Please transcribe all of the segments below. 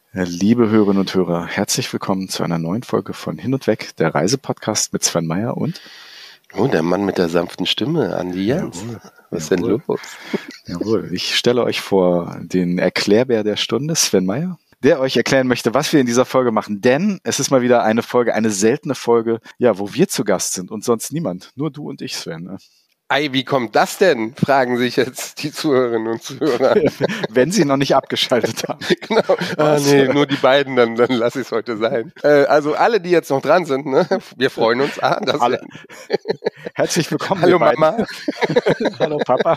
Ja, liebe Hörerinnen und Hörer, herzlich willkommen zu einer neuen Folge von Hin und Weg, der Reisepodcast mit Sven Meyer und... Oh, der Mann mit der sanften Stimme, Andi Jans. Was ist denn los? Jawohl, ich stelle euch vor den Erklärbär der Stunde, Sven Meyer, der euch erklären möchte, was wir in dieser Folge machen. Denn es ist mal wieder eine Folge, eine seltene Folge, ja, wo wir zu Gast sind und sonst niemand. Nur du und ich, Sven. Ne? Ei, wie kommt das denn? Fragen sich jetzt die Zuhörerinnen und Zuhörer. Wenn sie noch nicht abgeschaltet haben. Genau. Nee, nur die beiden, dann lasse ich es heute sein. Also alle, die jetzt noch dran sind, ne? Wir freuen uns. Dass alle. Herzlich willkommen. Hallo Mama. Hallo Papa.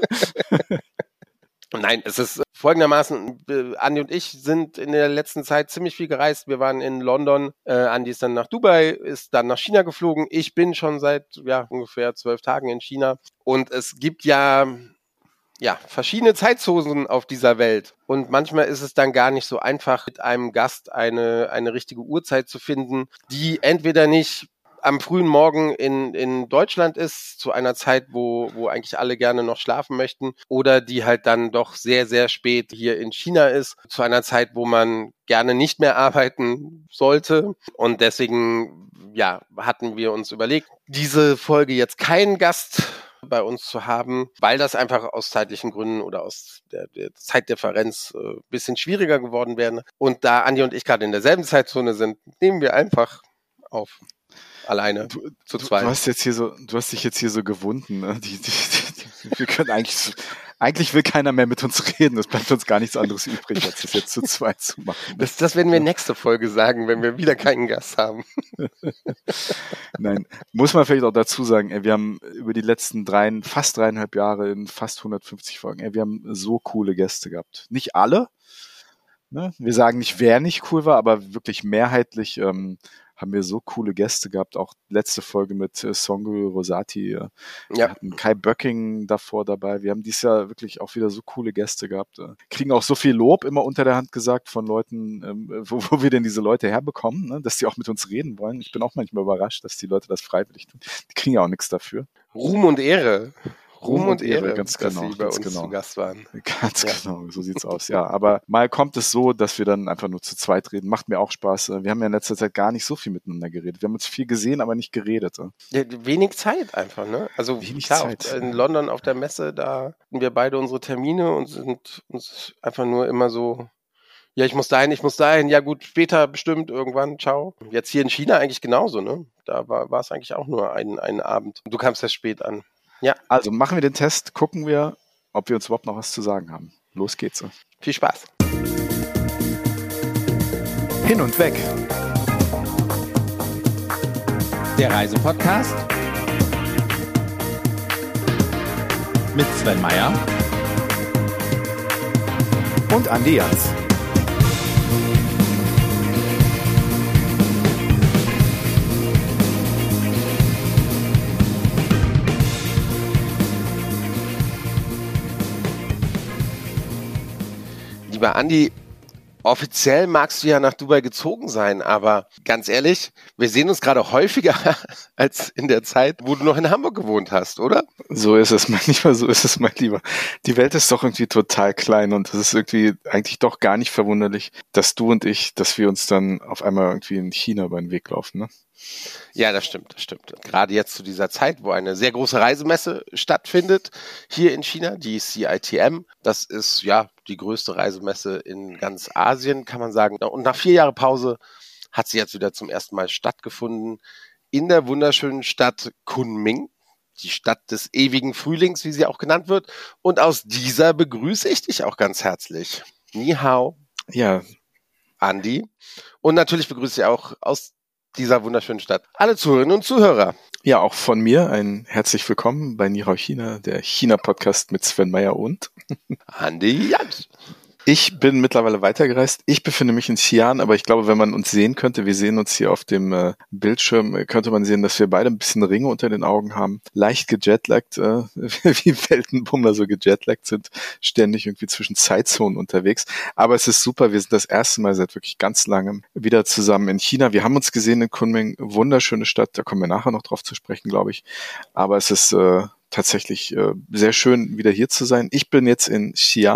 Nein, es ist folgendermaßen, Andi und ich sind in der letzten Zeit ziemlich viel gereist. Wir waren in London, Andi ist dann nach Dubai, ist dann nach China geflogen. Ich bin schon seit ungefähr 12 Tagen in China. Und es gibt ja verschiedene Zeitzonen auf dieser Welt. Und manchmal ist es dann gar nicht so einfach, mit einem Gast eine richtige Uhrzeit zu finden, die entweder nicht am frühen Morgen in Deutschland ist, zu einer Zeit, wo eigentlich alle gerne noch schlafen möchten, oder die halt dann doch sehr, sehr spät hier in China ist, zu einer Zeit, wo man gerne nicht mehr arbeiten sollte. Und deswegen, hatten wir uns überlegt, diese Folge jetzt keinen Gast bei uns zu haben, weil das einfach aus zeitlichen Gründen oder aus der Zeitdifferenz ein bisschen schwieriger geworden wäre. Und da Andi und ich gerade in derselben Zeitzone sind, nehmen wir einfach auf. Alleine, zu zweit. Du hast dich jetzt hier so gewunden. Ne? Wir können eigentlich will keiner mehr mit uns reden. Es bleibt uns gar nichts anderes übrig, als das jetzt zu zweit zu machen. Das werden wir nächste Folge sagen, wenn wir wieder keinen Gast haben. Nein, muss man vielleicht auch dazu sagen, wir haben über die letzten fast 3,5 Jahre in fast 150 Folgen, wir haben so coole Gäste gehabt. Nicht alle. Ne? Wir sagen nicht, wer nicht cool war, aber wirklich mehrheitlich haben wir so coole Gäste gehabt, auch letzte Folge mit Songo Rosati. Wir hatten Kai Böcking davor dabei. Wir haben dieses Jahr wirklich auch wieder so coole Gäste gehabt. Kriegen auch so viel Lob immer unter der Hand gesagt von Leuten, wo wir denn diese Leute herbekommen, ne? Dass die auch mit uns reden wollen. Ich bin auch manchmal überrascht, dass die Leute das freiwillig tun. Die kriegen ja auch nichts dafür. Ruhm und Ehre. Ruhm und Ehre, ganz dass genau, Sie bei uns zu Gast waren. Ganz genau, so sieht's aus. Ja, aber mal kommt es so, dass wir dann einfach nur zu zweit reden. Macht mir auch Spaß. Wir haben ja in letzter Zeit gar nicht so viel miteinander geredet. Wir haben uns viel gesehen, aber nicht geredet. Ja, wenig Zeit einfach, ne? Also klar, in London auf der Messe, da hatten wir beide unsere Termine und sind uns einfach nur immer so, ja, ich muss dahin, ja gut, später bestimmt, irgendwann, ciao. Jetzt hier in China eigentlich genauso, ne? Da war es eigentlich auch nur ein Abend. Du kamst erst spät an. Ja. Also machen wir den Test, gucken wir, ob wir uns überhaupt noch was zu sagen haben. Los geht's. Viel Spaß. Hin und weg. Der Reisepodcast mit Sven Meyer und Andi Jans. Lieber Andi, offiziell magst du ja nach Dubai gezogen sein, aber ganz ehrlich, wir sehen uns gerade häufiger als in der Zeit, wo du noch in Hamburg gewohnt hast, oder? So ist es, mein Lieber. Die Welt ist doch irgendwie total klein und es ist irgendwie eigentlich doch gar nicht verwunderlich, dass du und ich, dass wir uns dann auf einmal irgendwie in China über den Weg laufen, ne? Ja, das stimmt. Gerade jetzt zu dieser Zeit, wo eine sehr große Reisemesse stattfindet, hier in China, die CITM. Das ist die größte Reisemesse in ganz Asien, kann man sagen. Und nach 4 Jahren Pause hat sie jetzt wieder zum ersten Mal stattgefunden in der wunderschönen Stadt Kunming, die Stadt des ewigen Frühlings, wie sie auch genannt wird. Und aus dieser begrüße ich dich auch ganz herzlich. Ni hao. Ja. Andi. Und natürlich begrüße ich auch aus dieser wunderschönen Stadt alle Zuhörerinnen und Zuhörer. Ja, auch von mir ein herzlich willkommen bei Ni hao China, der China-Podcast mit Sven Meyer und Andi Jans. Ich bin mittlerweile weitergereist. Ich befinde mich in Xi'an, aber ich glaube, wenn man uns sehen könnte, wir sehen uns hier auf dem Bildschirm, könnte man sehen, dass wir beide ein bisschen Ringe unter den Augen haben. Leicht gejetlaggt, wie Weltenbummler so gejetlaggt sind, ständig irgendwie zwischen Zeitzonen unterwegs. Aber es ist super, wir sind das erste Mal seit wirklich ganz langem wieder zusammen in China. Wir haben uns gesehen in Kunming, wunderschöne Stadt, da kommen wir nachher noch drauf zu sprechen, glaube ich. Aber es ist tatsächlich sehr schön, wieder hier zu sein. Ich bin jetzt in Xi'an.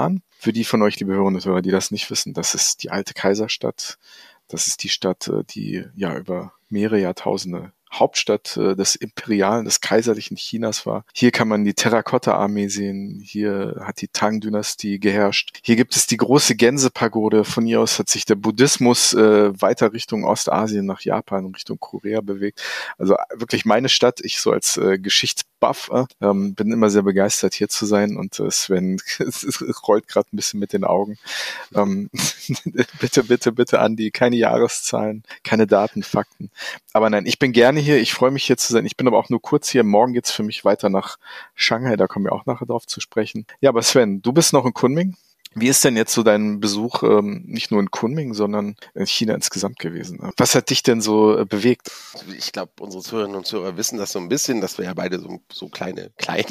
Für die von euch, liebe Hörerinnen und Hörer, die das nicht wissen, das ist die alte Kaiserstadt. Das ist die Stadt, die ja über mehrere Jahrtausende Hauptstadt des imperialen, des kaiserlichen Chinas war. Hier kann man die Terrakotta-Armee sehen. Hier hat die Tang-Dynastie geherrscht. Hier gibt es die große Gänsepagode. Von hier aus hat sich der Buddhismus weiter Richtung Ostasien, nach Japan und Richtung Korea bewegt. Also wirklich meine Stadt. Ich so als Geschichtsbuff bin immer sehr begeistert, hier zu sein. Und Sven rollt gerade ein bisschen mit den Augen. Bitte, Andi, keine Jahreszahlen, keine Daten, Fakten. Aber nein, ich bin gerne hier. Ich freue mich hier zu sein. Ich bin aber auch nur kurz hier. Morgen geht's für mich weiter nach Shanghai. Da kommen wir auch nachher drauf zu sprechen. Ja, aber Sven, du bist noch in Kunming. Wie ist denn jetzt so dein Besuch nicht nur in Kunming, sondern in China insgesamt gewesen? Was hat dich denn so bewegt? Ich glaube, unsere Zuhörerinnen und Zuhörer wissen das so ein bisschen, dass wir ja beide so kleine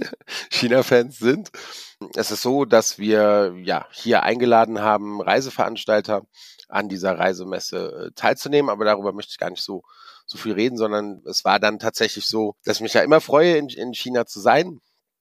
China-Fans sind. Es ist so, dass wir ja hier eingeladen haben, Reiseveranstalter an dieser Reisemesse teilzunehmen, aber darüber möchte ich gar nicht so viel reden, sondern es war dann tatsächlich so, dass ich mich ja immer freue, in China zu sein,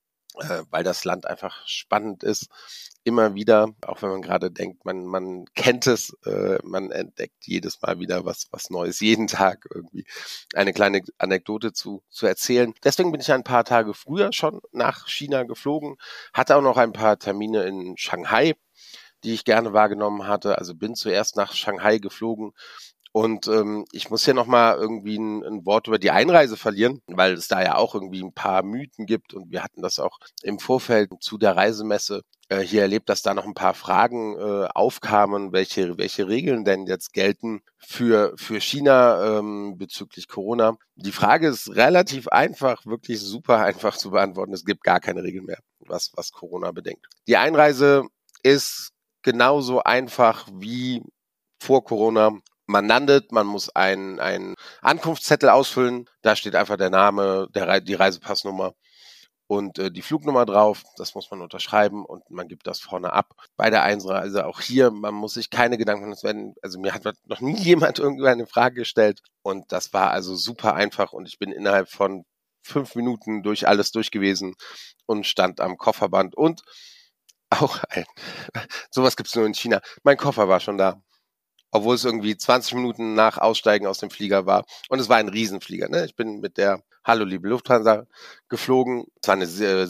weil das Land einfach spannend ist. Immer wieder, auch wenn man gerade denkt, man kennt es, man entdeckt jedes Mal wieder was Neues, jeden Tag irgendwie eine kleine Anekdote zu erzählen. Deswegen bin ich ein paar Tage früher schon nach China geflogen, hatte auch noch ein paar Termine in Shanghai, die ich gerne wahrgenommen hatte. Also bin zuerst nach Shanghai geflogen. Und ich muss hier nochmal irgendwie ein Wort über die Einreise verlieren, weil es da ja auch irgendwie ein paar Mythen gibt und wir hatten das auch im Vorfeld zu der Reisemesse hier erlebt, dass da noch ein paar Fragen aufkamen, welche Regeln denn jetzt gelten für China bezüglich Corona. Die Frage ist relativ einfach, wirklich super einfach zu beantworten. Es gibt gar keine Regeln mehr, was Corona bedenkt. Die Einreise ist genauso einfach wie vor Corona. Man landet, man muss einen Ankunftszettel ausfüllen, da steht einfach der Name, die Reisepassnummer und die Flugnummer drauf, das muss man unterschreiben und man gibt das vorne ab. Bei der Einreise auch hier, man muss sich keine Gedanken machen, also mir hat noch nie jemand irgendwie eine Frage gestellt und das war also super einfach und ich bin innerhalb von 5 Minuten durch alles durch gewesen und stand am Kofferband und auch sowas gibt's nur in China, mein Koffer war schon da. Obwohl es irgendwie 20 Minuten nach Aussteigen aus dem Flieger war. Und es war ein Riesenflieger. Ne? Ich bin mit der Hallo liebe Lufthansa geflogen. Es war eine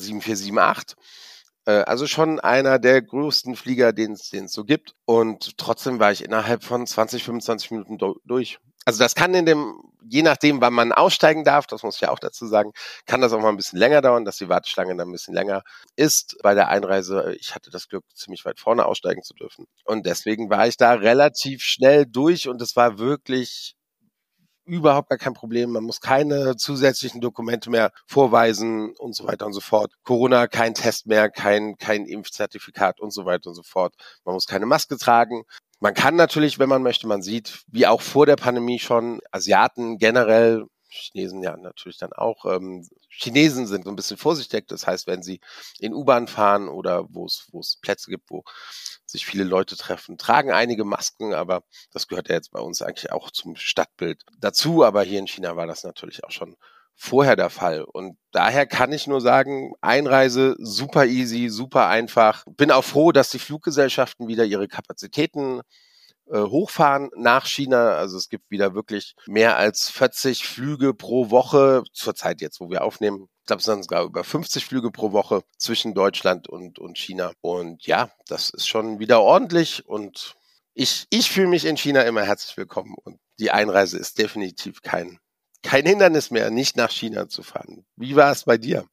7478. Also schon einer der größten Flieger, den es so gibt. Und trotzdem war ich innerhalb von 20, 25 Minuten durch. Also das kann je nachdem, wann man aussteigen darf, das muss ich ja auch dazu sagen, kann das auch mal ein bisschen länger dauern, dass die Warteschlange dann ein bisschen länger ist. Bei der Einreise, ich hatte das Glück, ziemlich weit vorne aussteigen zu dürfen. Und deswegen war ich da relativ schnell durch und es war wirklich überhaupt gar kein Problem. Man muss keine zusätzlichen Dokumente mehr vorweisen und so weiter und so fort. Corona, kein Test mehr, kein Impfzertifikat und so weiter und so fort. Man muss keine Maske tragen. Man kann natürlich, wenn man möchte, man sieht, wie auch vor der Pandemie schon, Asiaten generell, Chinesen ja natürlich dann auch, Chinesen sind so ein bisschen vorsichtig. Das heißt, wenn sie in U-Bahn fahren oder wo es Plätze gibt, wo sich viele Leute treffen, tragen einige Masken, aber das gehört ja jetzt bei uns eigentlich auch zum Stadtbild dazu. Aber hier in China war das natürlich auch schon vorher der Fall. Und daher kann ich nur sagen, Einreise super easy, super einfach. Bin auch froh, dass die Fluggesellschaften wieder ihre Kapazitäten hochfahren nach China. Also es gibt wieder wirklich mehr als 40 Flüge pro Woche. Zurzeit jetzt, wo wir aufnehmen. Ich glaube, es sind sogar über 50 Flüge pro Woche zwischen Deutschland und China. Und ja, das ist schon wieder ordentlich. Und ich fühle mich in China immer herzlich willkommen. Und die Einreise ist definitiv kein Hindernis mehr, nicht nach China zu fahren. Wie war es bei dir?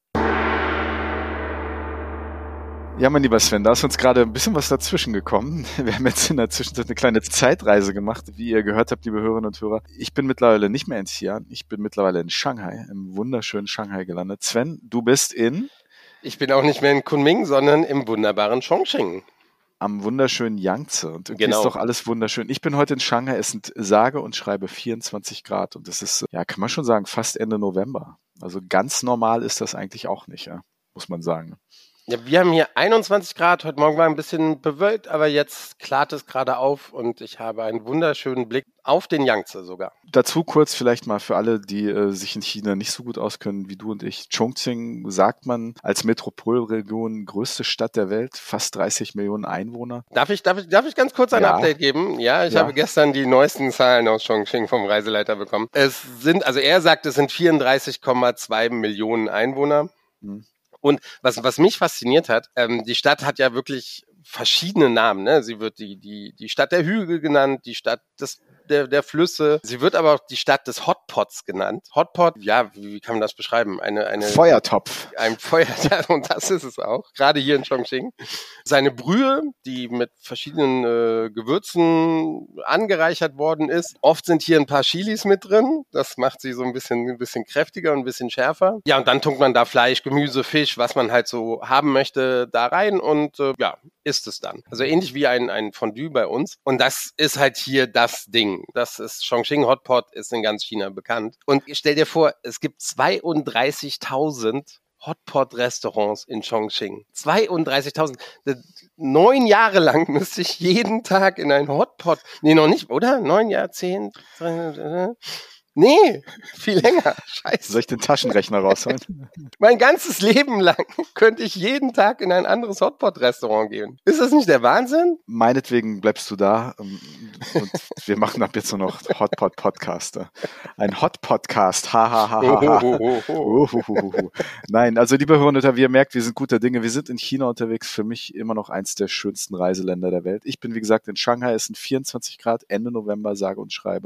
Ja, mein lieber Sven, da ist uns gerade ein bisschen was dazwischen gekommen. Wir haben jetzt in der Zwischenzeit eine kleine Zeitreise gemacht, wie ihr gehört habt, liebe Hörerinnen und Hörer. Ich bin mittlerweile nicht mehr in Xi'an, ich bin mittlerweile in Shanghai, im wunderschönen Shanghai gelandet. Sven, du bist in? Ich bin auch nicht mehr in Kunming, sondern im wunderbaren Chongqing. Am wunderschönen Yangtze. Und irgendwie Genau. ist doch alles wunderschön. Ich bin heute in Shanghai, es sind sage und schreibe 24 Grad und es ist, ja, kann man schon sagen, fast Ende November. Also ganz normal ist das eigentlich auch nicht, ja, muss man sagen. Ja, wir haben hier 21 Grad. Heute Morgen war ein bisschen bewölkt, aber jetzt klart es gerade auf und ich habe einen wunderschönen Blick auf den Yangtze sogar. Dazu kurz vielleicht mal für alle, die sich in China nicht so gut auskennen wie du und ich. Chongqing sagt man als Metropolregion größte Stadt der Welt, fast 30 Millionen Einwohner. Darf ich ganz kurz ein Update geben? Ja, ich habe gestern die neuesten Zahlen aus Chongqing vom Reiseleiter bekommen. Er sagt, es sind 34,2 Millionen Einwohner. Und was mich fasziniert hat, die Stadt hat ja wirklich verschiedene Namen. Ne? Sie wird die Stadt der Hügel genannt, die Stadt der Flüsse. Sie wird aber auch die Stadt des Hotpots genannt. Hotpot, ja, wie kann man das beschreiben? Eine Feuertopf. Ein Feuertopf, und das ist es auch. Gerade hier in Chongqing. Seine Brühe, die mit verschiedenen Gewürzen angereichert worden ist. Oft sind hier ein paar Chilis mit drin. Das macht sie so ein bisschen kräftiger und ein bisschen schärfer. Ja, und dann tunkt man da Fleisch, Gemüse, Fisch, was man halt so haben möchte, da rein und isst es dann. Also ähnlich wie ein Fondue bei uns. Und das ist halt hier das Ding. Das ist Chongqing Hotpot, ist in ganz China bekannt. Und stell dir vor, es gibt 32.000 Hotpot-Restaurants in Chongqing. 32.000. 9 Jahre lang müsste ich jeden Tag in ein Hotpot. Nee, noch nicht, oder? 9 Jahre, 10. Nee, viel länger. Scheiße. Soll ich den Taschenrechner rausholen? Mein ganzes Leben lang könnte ich jeden Tag in ein anderes Hotpot-Restaurant gehen. Ist das nicht der Wahnsinn? Meinetwegen bleibst du da und wir machen ab jetzt nur noch Hotpot-Podcast. Ein Hot-Podcast. Nein, also liebe Hörer, wie ihr merkt, wir sind guter Dinge. Wir sind in China unterwegs. Für mich immer noch eins der schönsten Reiseländer der Welt. Ich bin, wie gesagt, in Shanghai. Es sind 24 Grad, Ende November, sage und schreibe.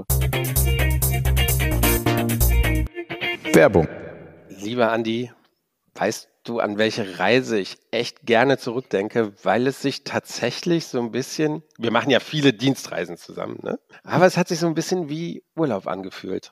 Werbung. Lieber Andi, weißt du, an welche Reise ich echt gerne zurückdenke, weil es sich tatsächlich so ein bisschen, wir machen ja viele Dienstreisen zusammen, ne? Aber es hat sich so ein bisschen wie Urlaub angefühlt.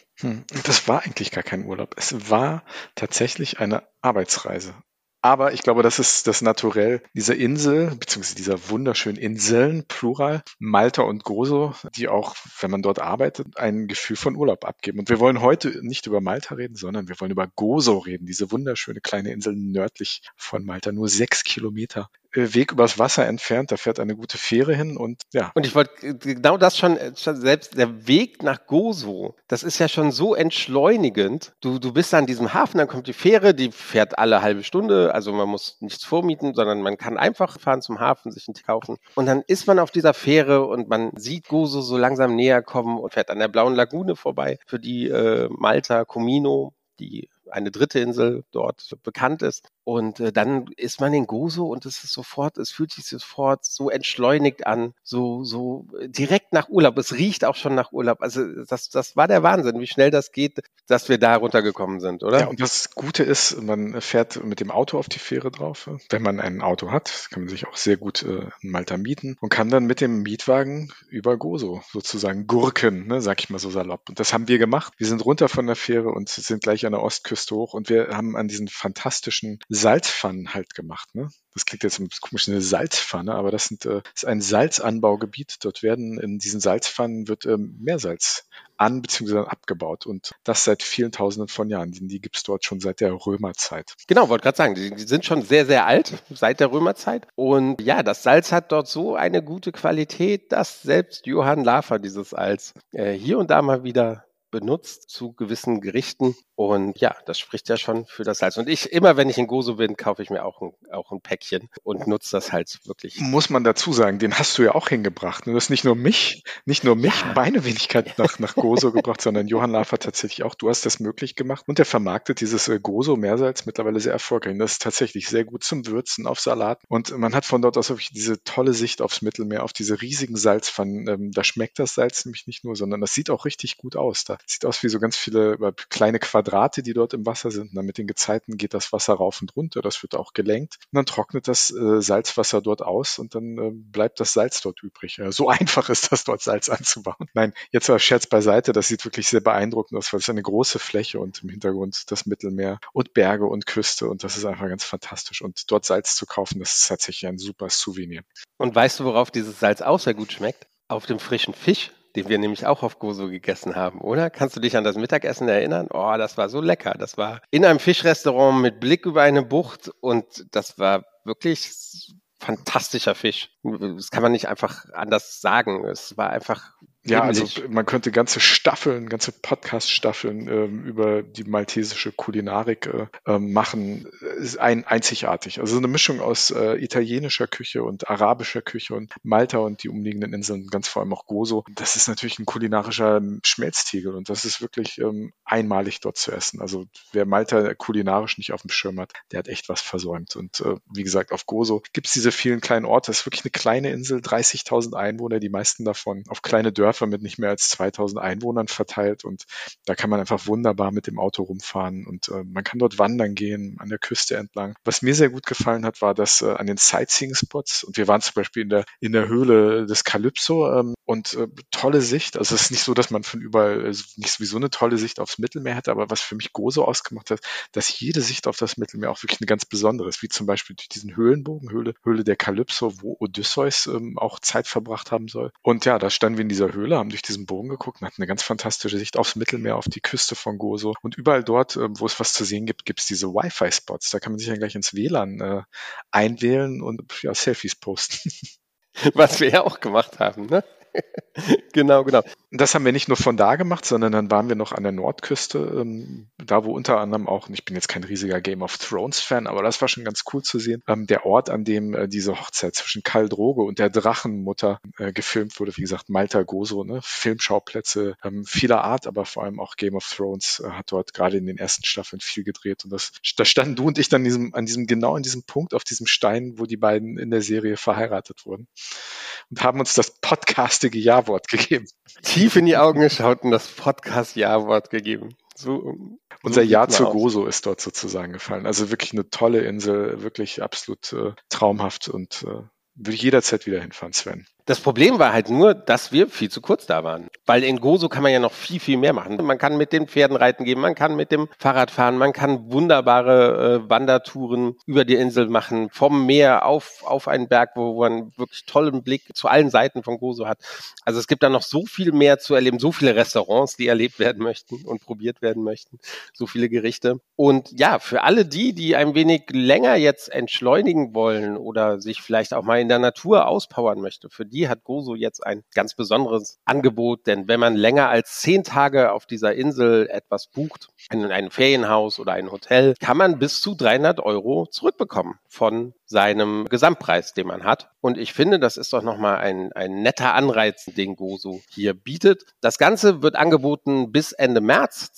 Das war eigentlich gar kein Urlaub. Es war tatsächlich eine Arbeitsreise. Aber ich glaube, das ist das Naturell dieser Insel, beziehungsweise dieser wunderschönen Inseln, Plural, Malta und Gozo, die auch, wenn man dort arbeitet, ein Gefühl von Urlaub abgeben. Und wir wollen heute nicht über Malta reden, sondern wir wollen über Gozo reden, diese wunderschöne kleine Insel nördlich von Malta, nur 6 Kilometer Weg übers Wasser entfernt, da fährt eine gute Fähre hin und ja. Und ich wollte genau das schon selbst, der Weg nach Gozo, das ist ja schon so entschleunigend. Du bist an diesem Hafen, dann kommt die Fähre, die fährt alle halbe Stunde, also man muss nichts vormieten, sondern man kann einfach fahren zum Hafen, sich einen Ticket kaufen. Und dann ist man auf dieser Fähre und man sieht Gozo so langsam näher kommen und fährt an der Blauen Lagune vorbei, für die Malta Comino, die eine dritte Insel dort bekannt ist. Und dann ist man in Gozo und es fühlt sich sofort so entschleunigt an, so direkt nach Urlaub. Es riecht auch schon nach Urlaub. Also das war der Wahnsinn, wie schnell das geht, dass wir da runtergekommen sind, oder? Ja, und das Gute ist, man fährt mit dem Auto auf die Fähre drauf. Wenn man ein Auto hat, kann man sich auch sehr gut in Malta mieten und kann dann mit dem Mietwagen über Gozo sozusagen gurken, ne, sag ich mal so salopp. Und das haben wir gemacht. Wir sind runter von der Fähre und sind gleich an der Ostküste hoch und wir haben an diesen fantastischen Salzpfannen halt gemacht. Ne? Das klingt jetzt ein bisschen komisch, eine Salzpfanne, aber das ist ein Salzanbaugebiet. Dort werden in diesen Salzpfannen wird Meersalz bzw. abgebaut und das seit vielen Tausenden von Jahren. Die gibt es dort schon seit der Römerzeit. Genau, wollte gerade sagen, die sind schon sehr, sehr alt, seit der Römerzeit. Und ja, das Salz hat dort so eine gute Qualität, dass selbst Johann Lafer dieses Salz hier und da mal wieder benutzt zu gewissen Gerichten. Und ja, das spricht ja schon für das Salz. Und immer wenn ich in Gozo bin, kaufe ich mir auch ein Päckchen und nutze das halt wirklich. Muss man dazu sagen, den hast du ja auch hingebracht. Du hast nicht nur mich, meine Wenigkeit nach Gozo gebracht, sondern Johann Lafer tatsächlich auch. Du hast das möglich gemacht und der vermarktet dieses Gozo-Meersalz mittlerweile sehr erfolgreich. Und das ist tatsächlich sehr gut zum Würzen auf Salat. Und man hat von dort aus wirklich diese tolle Sicht aufs Mittelmeer, auf diese riesigen Salzpfannen. Da schmeckt das Salz nämlich nicht nur, sondern das sieht auch richtig gut aus. Da sieht aus wie so ganz viele kleine Quadrate, die dort im Wasser sind. Und dann mit den Gezeiten geht das Wasser rauf und runter. Das wird auch gelenkt. Und dann trocknet das Salzwasser dort aus und dann bleibt das Salz dort übrig. So einfach ist das, dort Salz anzubauen. Nein, jetzt war Scherz beiseite. Das sieht wirklich sehr beeindruckend aus, weil es eine große Fläche und im Hintergrund das Mittelmeer und Berge und Küste. Und das ist einfach ganz fantastisch. Und dort Salz zu kaufen, das ist tatsächlich ein super Souvenir. Und weißt du, worauf dieses Salz auch sehr gut schmeckt? Auf dem frischen Fisch. den wir nämlich auch auf Gozo gegessen haben, oder? Kannst du dich an das Mittagessen erinnern? Oh, das war so lecker. Das war in einem Fischrestaurant mit Blick über eine Bucht und das war wirklich fantastischer Fisch. Das kann man nicht einfach anders sagen. Es war einfach Ja, himmlisch. also man könnte ganze Staffeln, ganze Podcast-Staffeln über die maltesische Kulinarik machen. Ist einzigartig. Also so eine Mischung aus italienischer Küche und arabischer Küche und Malta und die umliegenden Inseln, ganz vor allem auch Gozo. Das ist natürlich ein kulinarischer Schmelztiegel und das ist wirklich einmalig dort zu essen. Also wer Malta kulinarisch nicht auf dem Schirm hat, der hat echt was versäumt. Und wie gesagt, auf Gozo gibt es diese vielen kleinen Orte. Das ist wirklich eine kleine Insel, 30.000 Einwohner, die meisten davon auf kleine Dörfer mit nicht mehr als 2.000 Einwohnern verteilt und da kann man einfach wunderbar mit dem Auto rumfahren und man kann dort wandern gehen, an der Küste entlang. Was mir sehr gut gefallen hat, war, dass an den Sightseeing-Spots und wir waren zum Beispiel in der Höhle des Calypso und tolle Sicht. Also es ist nicht so, dass man von überall nicht sowieso eine tolle Sicht aufs Mittelmeer hätte, aber was für mich Gozo ausgemacht hat, dass jede Sicht auf das Mittelmeer auch wirklich eine ganz besondere ist, wie zum Beispiel durch diesen Höhlenbogen, Höhle der Calypso, wo Odysseus auch Zeit verbracht haben soll. Und ja, da standen wir in dieser Höhle, haben durch diesen Bogen geguckt und hatten eine ganz fantastische Sicht aufs Mittelmeer, auf die Küste von Gozo. Und überall dort, wo es was zu sehen gibt, gibt es diese Wi-Fi-Spots. Da kann man sich dann gleich ins WLAN einwählen und ja, Selfies posten. Was wir ja auch gemacht haben, ne? Genau. Das haben wir nicht nur von da gemacht, sondern dann waren wir noch an der Nordküste, da wo unter anderem auch, und ich bin jetzt kein riesiger Game of Thrones-Fan, aber das war schon ganz cool zu sehen, der Ort, an dem diese Hochzeit zwischen Khal Drogo und der Drachenmutter gefilmt wurde, wie gesagt, Malta Gozo, ne? Filmschauplätze vieler Art, aber vor allem auch Game of Thrones hat dort gerade in den ersten Staffeln viel gedreht und da standen du und ich dann genau in diesem Punkt auf diesem Stein, wo die beiden in der Serie verheiratet wurden und haben uns das podcastige Ja-Wort gegeben. Tief in die Augen geschaut und das Podcast-Ja-Wort gegeben. Unser Ja zu Gozo ist dort sozusagen gefallen. Also wirklich eine tolle Insel, wirklich absolut traumhaft und würde ich jederzeit wieder hinfahren, Sven. Das Problem war halt nur, dass wir viel zu kurz da waren. Weil in Gozo kann man ja noch viel, viel mehr machen. Man kann mit den Pferden reiten gehen, man kann mit dem Fahrrad fahren, man kann wunderbare Wandertouren über die Insel machen, vom Meer auf einen Berg, wo man wirklich tollen Blick zu allen Seiten von Gozo hat. Also es gibt da noch so viel mehr zu erleben, so viele Restaurants, die erlebt werden möchten und probiert werden möchten, so viele Gerichte. Und ja, für alle die ein wenig länger jetzt entschleunigen wollen oder sich vielleicht auch mal in der Natur auspowern möchte, für die hat Gozo jetzt ein ganz besonderes Angebot, denn wenn man länger als 10 Tage auf dieser Insel etwas bucht, in ein Ferienhaus oder ein Hotel, kann man bis zu 300 € zurückbekommen von seinem Gesamtpreis, den man hat. Und ich finde, das ist doch nochmal ein netter Anreiz, den Gozo hier bietet. Das Ganze wird angeboten bis Ende März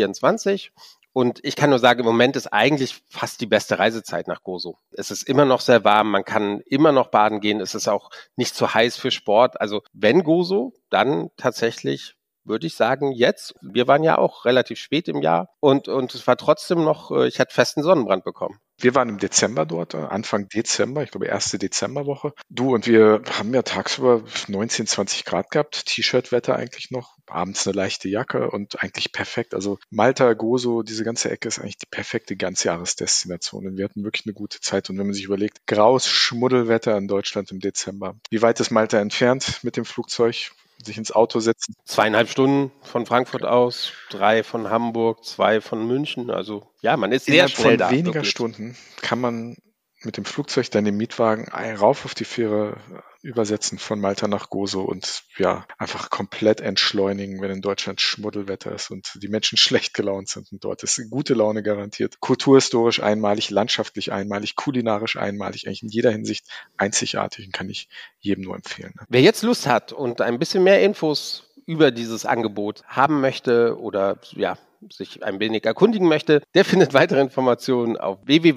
2024. Und ich kann nur sagen, im Moment ist eigentlich fast die beste Reisezeit nach Gozo. Es ist immer noch sehr warm, man kann immer noch baden gehen, es ist auch nicht zu heiß für Sport. Also wenn Gozo, dann tatsächlich würde ich sagen jetzt. Wir waren ja auch relativ spät im Jahr und es war trotzdem noch, ich hatte festen Sonnenbrand bekommen. Wir waren im Dezember dort, Anfang Dezember, ich glaube erste Dezemberwoche. Du und wir haben ja tagsüber 19, 20 Grad gehabt, T-Shirt-Wetter eigentlich noch, abends eine leichte Jacke und eigentlich perfekt. Also Malta, Gozo, diese ganze Ecke ist eigentlich die perfekte Ganzjahresdestination und wir hatten wirklich eine gute Zeit. Und wenn man sich überlegt, graues Schmuddelwetter in Deutschland im Dezember. Wie weit ist Malta entfernt mit dem Flugzeug? Sich ins Auto setzen. 2,5 Stunden von Frankfurt aus, 3 von Hamburg, 2 von München. Also ja, man ist sehr schnell da. Innerhalb von weniger Stunden kann man mit dem Flugzeug dann den Mietwagen rauf auf die Fähre übersetzen von Malta nach Gozo und ja, einfach komplett entschleunigen, wenn in Deutschland Schmuddelwetter ist und die Menschen schlecht gelaunt sind. Und dort ist gute Laune garantiert. Kulturhistorisch einmalig, landschaftlich einmalig, kulinarisch einmalig, eigentlich in jeder Hinsicht einzigartig und kann ich jedem nur empfehlen. Wer jetzt Lust hat und ein bisschen mehr Infos über dieses Angebot haben möchte oder ja, sich ein wenig erkundigen möchte, der findet weitere Informationen auf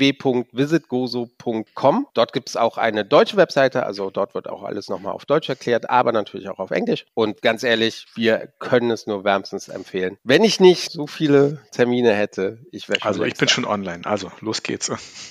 www.visitgozo.com. Dort gibt es auch eine deutsche Webseite, also dort wird auch alles nochmal auf Deutsch erklärt, aber natürlich auch auf Englisch. Und ganz ehrlich, wir können es nur wärmstens empfehlen. Wenn ich nicht so viele Termine hätte, ich wäre schon. Also ich bin schon online, also los geht's.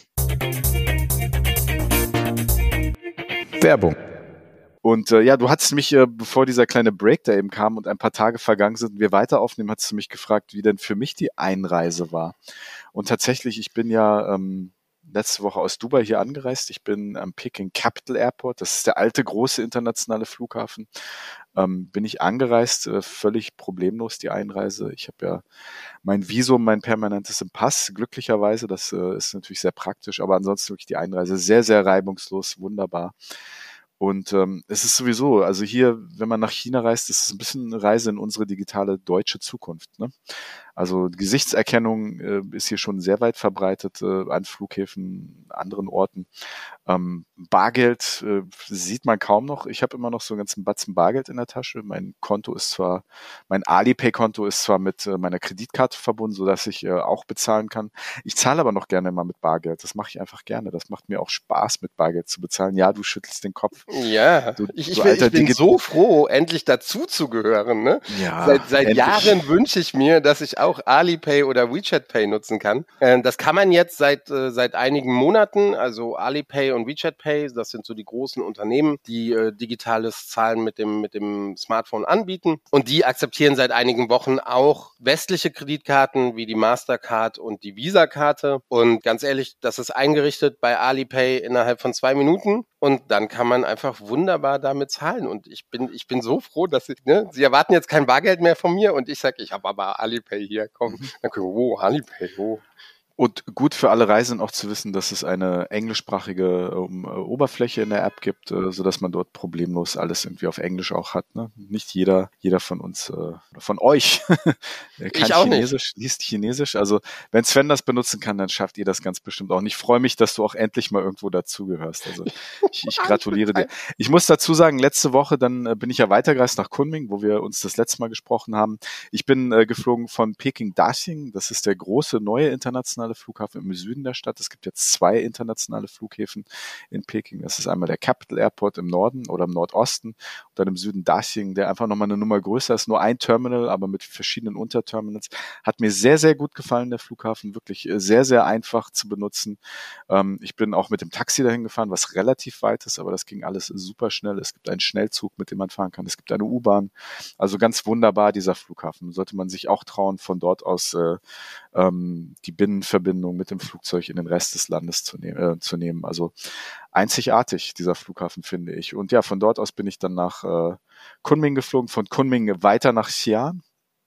Werbung. Und ja, du hattest mich, bevor dieser kleine Break da eben kam und ein paar Tage vergangen sind und wir weiter aufnehmen, hattest du mich gefragt, wie denn für mich die Einreise war. Und tatsächlich, ich bin ja letzte Woche aus Dubai hier angereist. Ich bin am Peking Capital Airport. Das ist der alte, große internationale Flughafen. Bin ich angereist, völlig problemlos die Einreise. Ich habe ja mein Visum, mein permanentes im Pass, glücklicherweise. Das ist natürlich sehr praktisch, aber ansonsten wirklich die Einreise sehr, sehr reibungslos, wunderbar. Und es ist sowieso, also hier, wenn man nach China reist, ist es ein bisschen eine Reise in unsere digitale deutsche Zukunft. Ne? Also Gesichtserkennung ist hier schon sehr weit verbreitet an Flughäfen, anderen Orten. Bargeld sieht man kaum noch. Ich habe immer noch so einen ganzen Batzen Bargeld in der Tasche. Mein Alipay-Konto ist zwar mit meiner Kreditkarte verbunden, sodass ich auch bezahlen kann. Ich zahle aber noch gerne mal mit Bargeld. Das mache ich einfach gerne. Das macht mir auch Spaß, mit Bargeld zu bezahlen. Ja, du schüttelst den Kopf. Ja, ich bin so froh, endlich dazu zu gehören. Ne? Ja, seit Jahren wünsche ich mir, dass ich auch Alipay oder WeChat Pay nutzen kann. Das kann man jetzt seit einigen Monaten, also Alipay und WeChat Pay, das sind so die großen Unternehmen, die digitales Zahlen mit dem Smartphone anbieten. Und die akzeptieren seit einigen Wochen auch westliche Kreditkarten wie die Mastercard und die Visa-Karte. Und ganz ehrlich, das ist eingerichtet bei Alipay innerhalb von 2 Minuten. Und dann kann man einfach wunderbar damit zahlen. Und ich bin so froh, dass Sie erwarten jetzt kein Bargeld mehr von mir. Und ich sage, ich habe aber Alipay hier, komm. Dann können wir, Alipay, Und gut für alle Reisenden auch zu wissen, dass es eine englischsprachige Oberfläche in der App gibt, sodass man dort problemlos alles irgendwie auf Englisch auch hat. Ne? Nicht jeder von uns, von euch, kann Chinesisch, liest Chinesisch. Also wenn Sven das benutzen kann, dann schafft ihr das ganz bestimmt auch. Und ich freue mich, dass du auch endlich mal irgendwo dazugehörst. Also ich gratuliere dir. Ich muss dazu sagen, letzte Woche dann bin ich ja weitergereist nach Kunming, wo wir uns das letzte Mal gesprochen haben. Ich bin geflogen von Peking Daxing. Das ist der große neue internationale Flughafen im Süden der Stadt. Es gibt jetzt 2 internationale Flughäfen in Peking. Das ist einmal der Capital Airport im Norden oder im Nordosten und dann im Süden Daxing, der einfach nochmal eine Nummer größer ist. Nur ein Terminal, aber mit verschiedenen Unterterminals. Hat mir sehr, sehr gut gefallen, der Flughafen. Wirklich sehr, sehr einfach zu benutzen. Ich bin auch mit dem Taxi dahin gefahren, was relativ weit ist, aber das ging alles super schnell. Es gibt einen Schnellzug, mit dem man fahren kann. Es gibt eine U-Bahn. Also ganz wunderbar, dieser Flughafen. Sollte man sich auch trauen, von dort aus die Binnenverbindung mit dem Flugzeug in den Rest des Landes zu nehmen. Also einzigartig, dieser Flughafen, finde ich. Und ja, von dort aus bin ich dann nach Kunming geflogen, von Kunming weiter nach Xi'an.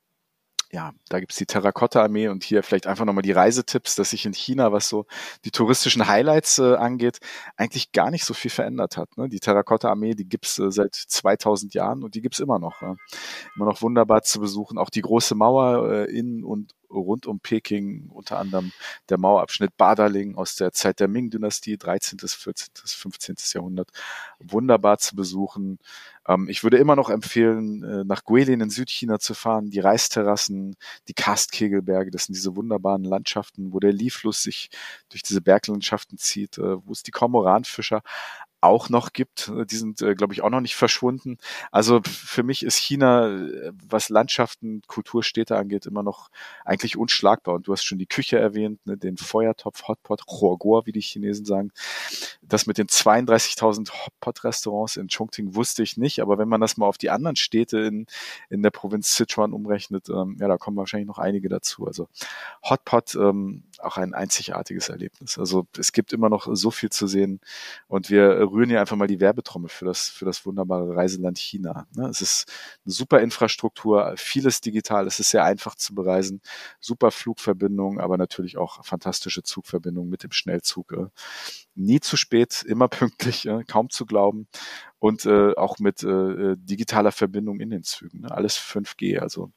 Ja, da gibt's die Terrakotta-Armee und hier vielleicht einfach nochmal die Reisetipps, dass sich in China, was so die touristischen Highlights angeht, eigentlich gar nicht so viel verändert hat. Ne? Die Terrakotta-Armee, die gibt's seit 2000 Jahren und die gibt's immer noch. Immer noch wunderbar zu besuchen. Auch die große Mauer in und rund um Peking, unter anderem der Mauerabschnitt Badaling aus der Zeit der Ming-Dynastie, 13., 14., 15. Jahrhundert, wunderbar zu besuchen. Ich würde immer noch empfehlen, nach Guilin in Südchina zu fahren, die Reisterrassen, die Karstkegelberge, das sind diese wunderbaren Landschaften, wo der Li-Fluss sich durch diese Berglandschaften zieht, wo es die Kormoranfischer auch noch gibt. Die sind, glaube ich, auch noch nicht verschwunden. Also für mich ist China, was Landschaften, Kulturstädte angeht, immer noch eigentlich unschlagbar. Und du hast schon die Küche erwähnt, ne, den Feuertopf, Hotpot, Huoguo, wie die Chinesen sagen. Das mit den 32.000 Hotpot-Restaurants in Chongqing wusste ich nicht. Aber wenn man das mal auf die anderen Städte in der Provinz Sichuan umrechnet, ja, da kommen wahrscheinlich noch einige dazu. Also Hotpot, auch ein einzigartiges Erlebnis. Also es gibt immer noch so viel zu sehen. Und wir rühren hier einfach mal die Werbetrommel für das wunderbare Reiseland China. Es ist eine super Infrastruktur, vieles digital, es ist sehr einfach zu bereisen, super Flugverbindungen, aber natürlich auch fantastische Zugverbindungen mit dem Schnellzug. Nie zu spät, immer pünktlich, kaum zu glauben und auch mit digitaler Verbindung in den Zügen. Alles 5G, also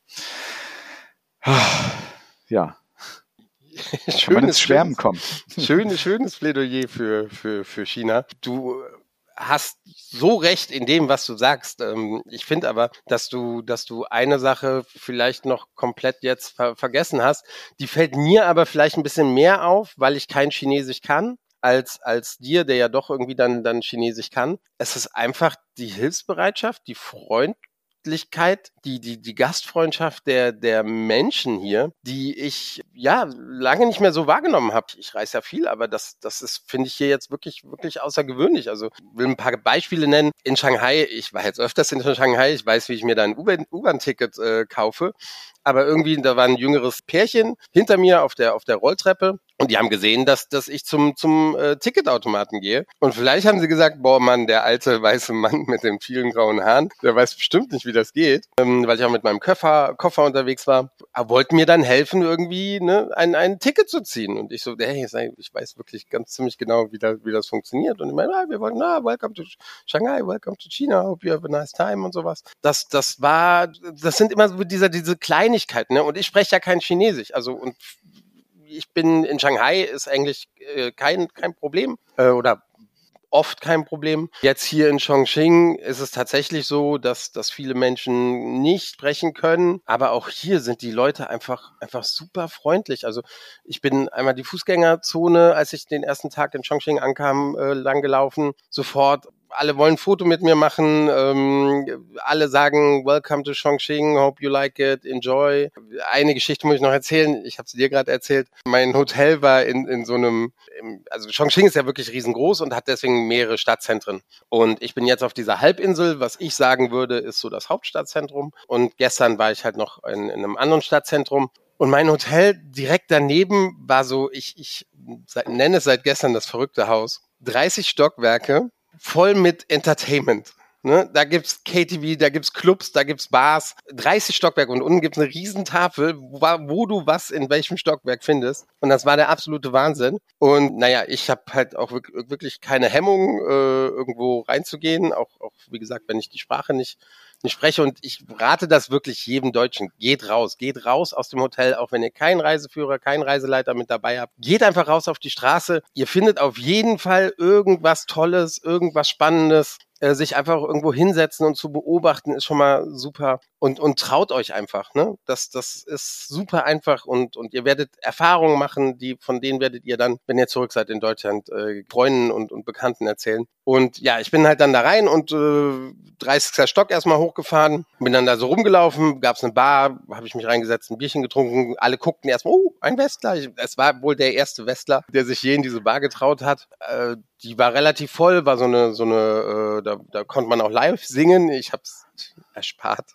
ja. Wenn man ins Schwärmen kommt. Schönes Plädoyer für China. Du hast so recht in dem, was du sagst. Ich finde aber, dass du eine Sache vielleicht noch komplett jetzt vergessen hast. Die fällt mir aber vielleicht ein bisschen mehr auf, weil ich kein Chinesisch kann, als dir, der ja doch irgendwie dann Chinesisch kann. Es ist einfach die Hilfsbereitschaft, die Freundlichkeit, die Gastfreundschaft der Menschen hier, die ich ja lange nicht mehr so wahrgenommen habe. Ich reise ja viel, aber das ist, finde ich, hier jetzt wirklich außergewöhnlich. Also will ein paar Beispiele nennen. In Shanghai, ich war jetzt öfters in Shanghai, ich weiß, wie ich mir da ein U-Bahn-Ticket kaufe. aber irgendwie, da war ein jüngeres Pärchen hinter mir auf der Rolltreppe. Und die haben gesehen, dass ich zum Ticketautomaten gehe. Und vielleicht haben sie gesagt, boah Mann, der alte weiße Mann mit den vielen grauen Haaren, der weiß bestimmt nicht, wie das geht, weil ich auch mit meinem Koffer unterwegs war. Aber wollten mir dann helfen, irgendwie ein Ticket zu ziehen. Und ich so, hey, ich weiß wirklich ganz ziemlich genau, wie das funktioniert. Und ich meine, wir wollen, welcome to Shanghai, welcome to China, hope you have a nice time und sowas. Das sind immer so diese Kleinigkeiten. Ne? Und ich spreche ja kein Chinesisch. Also und ich bin in Shanghai, ist eigentlich kein Problem oder oft kein Problem. Jetzt hier in Chongqing ist es tatsächlich so, dass viele Menschen nicht sprechen können, aber auch hier sind die Leute einfach super freundlich. Also ich bin einmal die Fußgängerzone, als ich den ersten Tag in Chongqing ankam, lang gelaufen, sofort. Alle wollen ein Foto mit mir machen, alle sagen, welcome to Chongqing, hope you like it, enjoy. Eine Geschichte muss ich noch erzählen, ich habe es dir gerade erzählt. Mein Hotel war in so einem, also Chongqing ist ja wirklich riesengroß und hat deswegen mehrere Stadtzentren. Und ich bin jetzt auf dieser Halbinsel, was ich sagen würde, ist so das Hauptstadtzentrum. Und gestern war ich halt noch in einem anderen Stadtzentrum. Und mein Hotel direkt daneben war so, ich nenne es seit gestern das verrückte Haus. 30 Stockwerke, voll mit Entertainment. Ne? Da gibt's KTV, da gibt's Clubs, da gibt's Bars, 30 Stockwerke und unten gibt's eine Riesentafel, wo du was in welchem Stockwerk findest. Und das war der absolute Wahnsinn. Und naja, ich habe halt auch wirklich keine Hemmung, irgendwo reinzugehen. Auch wie gesagt, wenn ich die Sprache nicht spreche. Und ich rate das wirklich jedem Deutschen. Geht raus aus dem Hotel, auch wenn ihr keinen Reiseführer, keinen Reiseleiter mit dabei habt. Geht einfach raus auf die Straße. Ihr findet auf jeden Fall irgendwas Tolles, irgendwas Spannendes. Sich einfach irgendwo hinsetzen und zu beobachten, ist schon mal super. Und traut euch einfach, ne? Das ist super einfach und ihr werdet Erfahrungen machen, von denen werdet ihr dann, wenn ihr zurück seid in Deutschland, Freunden und Bekannten erzählen. Und ja, ich bin halt dann da rein und 30. Stock erstmal hochgefahren, bin dann da so rumgelaufen, gab's eine Bar, habe ich mich reingesetzt, ein Bierchen getrunken, alle guckten erstmal, ein Westler. Es war wohl der erste Westler, der sich je in diese Bar getraut hat. Die war relativ voll, war da konnte man auch live singen. Ich hab's erspart.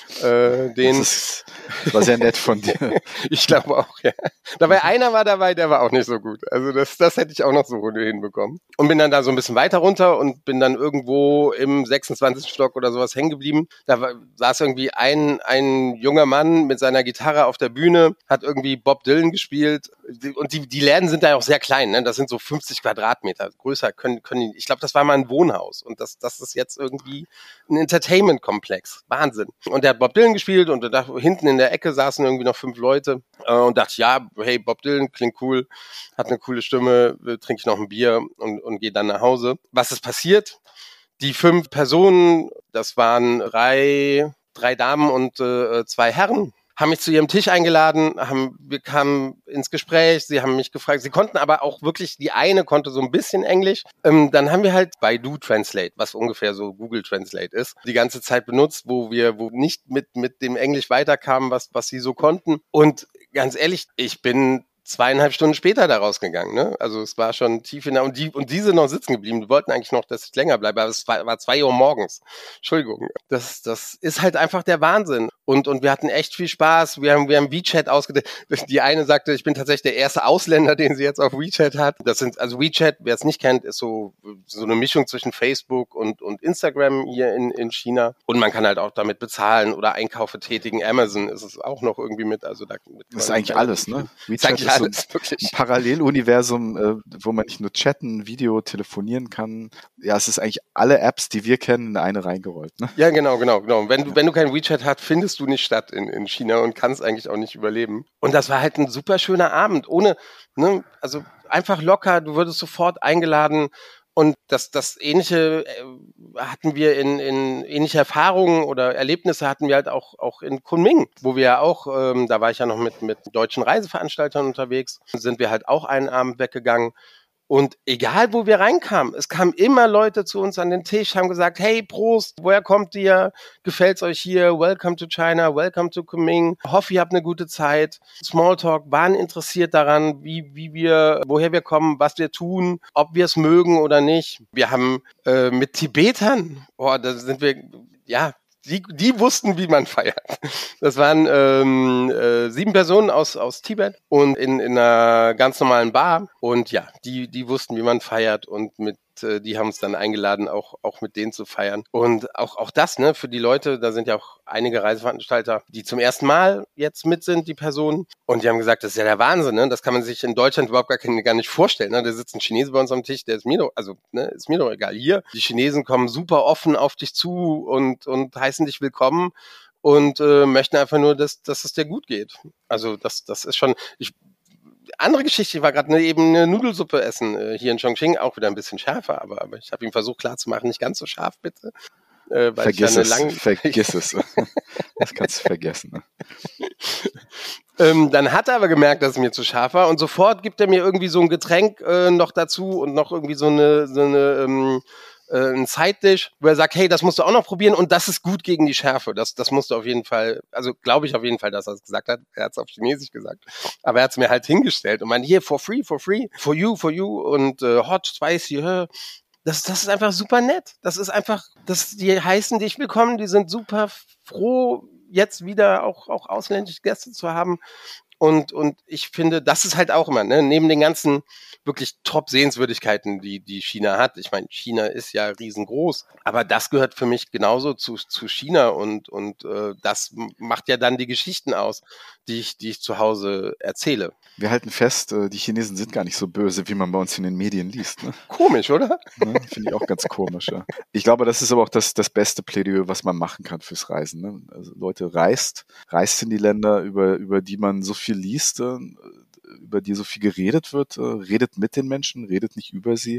Das war sehr nett von dir. Ich glaube auch, ja. Einer war dabei, der war auch nicht so gut. Also das hätte ich auch noch so hinbekommen. Und bin dann da so ein bisschen weiter runter und bin dann irgendwo im 26. Stock oder sowas hängen geblieben. Da saß irgendwie ein junger Mann mit seiner Gitarre auf der Bühne, hat irgendwie Bob Dylan gespielt. Und die Läden sind da auch sehr klein, ne? Das sind so 50 Quadratmeter. Größer können die, ich glaube, das war mal ein Wohnhaus. Und das ist jetzt irgendwie ein Entertainment-Komplex. Wahnsinn. Und der hat Bob Dylan gespielt und da hinten in der Ecke saßen irgendwie noch 5 Leute und dachte, ja, hey, Bob Dylan klingt cool, hat eine coole Stimme, trinke ich noch ein Bier und gehe dann nach Hause. Was ist passiert? Die 5 Personen, das waren drei Damen und 2 Herren, haben mich zu ihrem Tisch eingeladen, wir kamen ins Gespräch, sie haben mich gefragt, sie konnten aber auch wirklich, die eine konnte so ein bisschen Englisch. Dann haben wir halt Baidu Translate, was ungefähr so Google Translate ist, die ganze Zeit benutzt, wo nicht mit dem Englisch weiterkamen, was sie so konnten. Und ganz ehrlich, ich bin 2,5 Stunden später da rausgegangen, ne? Also es war schon tief in der, und die sind noch sitzen geblieben. Die wollten eigentlich noch, dass ich länger bleibe, aber es war 2 Uhr morgens. Entschuldigung. Das ist halt einfach der Wahnsinn. Und wir hatten echt viel Spaß. Wir haben WeChat ausgedacht. Die eine sagte, ich bin tatsächlich der erste Ausländer, den sie jetzt auf WeChat hat. Also WeChat, wer es nicht kennt, ist so eine Mischung zwischen Facebook und Instagram hier in China. Und man kann halt auch damit bezahlen oder Einkäufe tätigen. Amazon ist es auch noch irgendwie mit. Also das ist eigentlich alles, ne? WeChat ist alles, so ein Paralleluniversum, wo man nicht nur chatten, Video, telefonieren kann. Ja, es ist eigentlich alle Apps, die wir kennen, in eine reingerollt, ne? Ja, genau. Wenn du kein WeChat hast, findest du nicht statt in China und kannst eigentlich auch nicht überleben. Und das war halt ein super schöner Abend, ohne, ne, also einfach locker, du würdest sofort eingeladen. Und das Ähnliche hatten wir in ähnliche Erfahrungen oder Erlebnisse hatten wir halt auch in Kunming, wo wir ja auch, da war ich ja noch mit deutschen Reiseveranstaltern unterwegs, sind wir halt auch einen Abend weggegangen. Und egal, wo wir reinkamen, es kamen immer Leute zu uns an den Tisch, haben gesagt, hey, Prost, woher kommt ihr? Gefällt's euch hier? Welcome to China, welcome to Kunming. Hoffe, ihr habt eine gute Zeit. Smalltalk, waren interessiert daran, woher wir kommen, was wir tun, ob wir es mögen oder nicht. Wir haben mit Tibetern, da sind wir, ja, die wussten, wie man feiert. Das waren 7 Personen aus Tibet und in einer ganz normalen Bar. Und ja, die wussten, wie man feiert und die haben uns dann eingeladen, auch mit denen zu feiern. Und auch das, ne, für die Leute, da sind ja auch einige Reiseveranstalter, die zum ersten Mal jetzt mit sind, die Personen. Und die haben gesagt, das ist ja der Wahnsinn, ne? Das kann man sich in Deutschland überhaupt gar nicht vorstellen, ne? Da sitzt ein Chinese bei uns am Tisch, der ist mir doch, ist mir doch egal. Hier, die Chinesen kommen super offen auf dich zu und heißen dich willkommen und möchten einfach nur, dass es dir gut geht. Also das ist schon, andere Geschichte, ich war gerade eben eine Nudelsuppe essen hier in Chongqing, auch wieder ein bisschen schärfer, aber ich habe ihm versucht klarzumachen, nicht ganz so scharf, bitte. Vergiss es. Das kannst du vergessen. Ne? Dann hat er aber gemerkt, dass es mir zu scharf war und sofort gibt er mir irgendwie so ein Getränk noch dazu und noch irgendwie so eine ein Side-Dish, wo er sagt, hey, das musst du auch noch probieren und das ist gut gegen die Schärfe. Das musst du auf jeden Fall, also glaube ich auf jeden Fall, dass er es gesagt hat. Er hat es auf Chinesisch gesagt. Aber er hat es mir halt hingestellt und meinte, hier, for free, for you und hot, spicy, das ist einfach super nett. Das ist einfach, die heißen dich willkommen, die sind super froh, jetzt wieder auch ausländische Gäste zu haben. Und ich finde, das ist halt auch immer, ne, neben den ganzen wirklich Top-Sehenswürdigkeiten, die China hat. Ich meine, China ist ja riesengroß, aber das gehört für mich genauso zu China und das macht ja dann die Geschichten aus, die ich zu Hause erzähle. Wir halten fest, die Chinesen sind gar nicht so böse, wie man bei uns in den Medien liest. Ne? Komisch, oder? Ne? Finde ich auch ganz komisch. Ja. Ich glaube, das ist aber auch das beste Plädoyer, was man machen kann fürs Reisen. Ne? Also Leute, reist in die Länder, über die man so viel liest, über die so viel geredet wird, redet mit den Menschen, redet nicht über sie,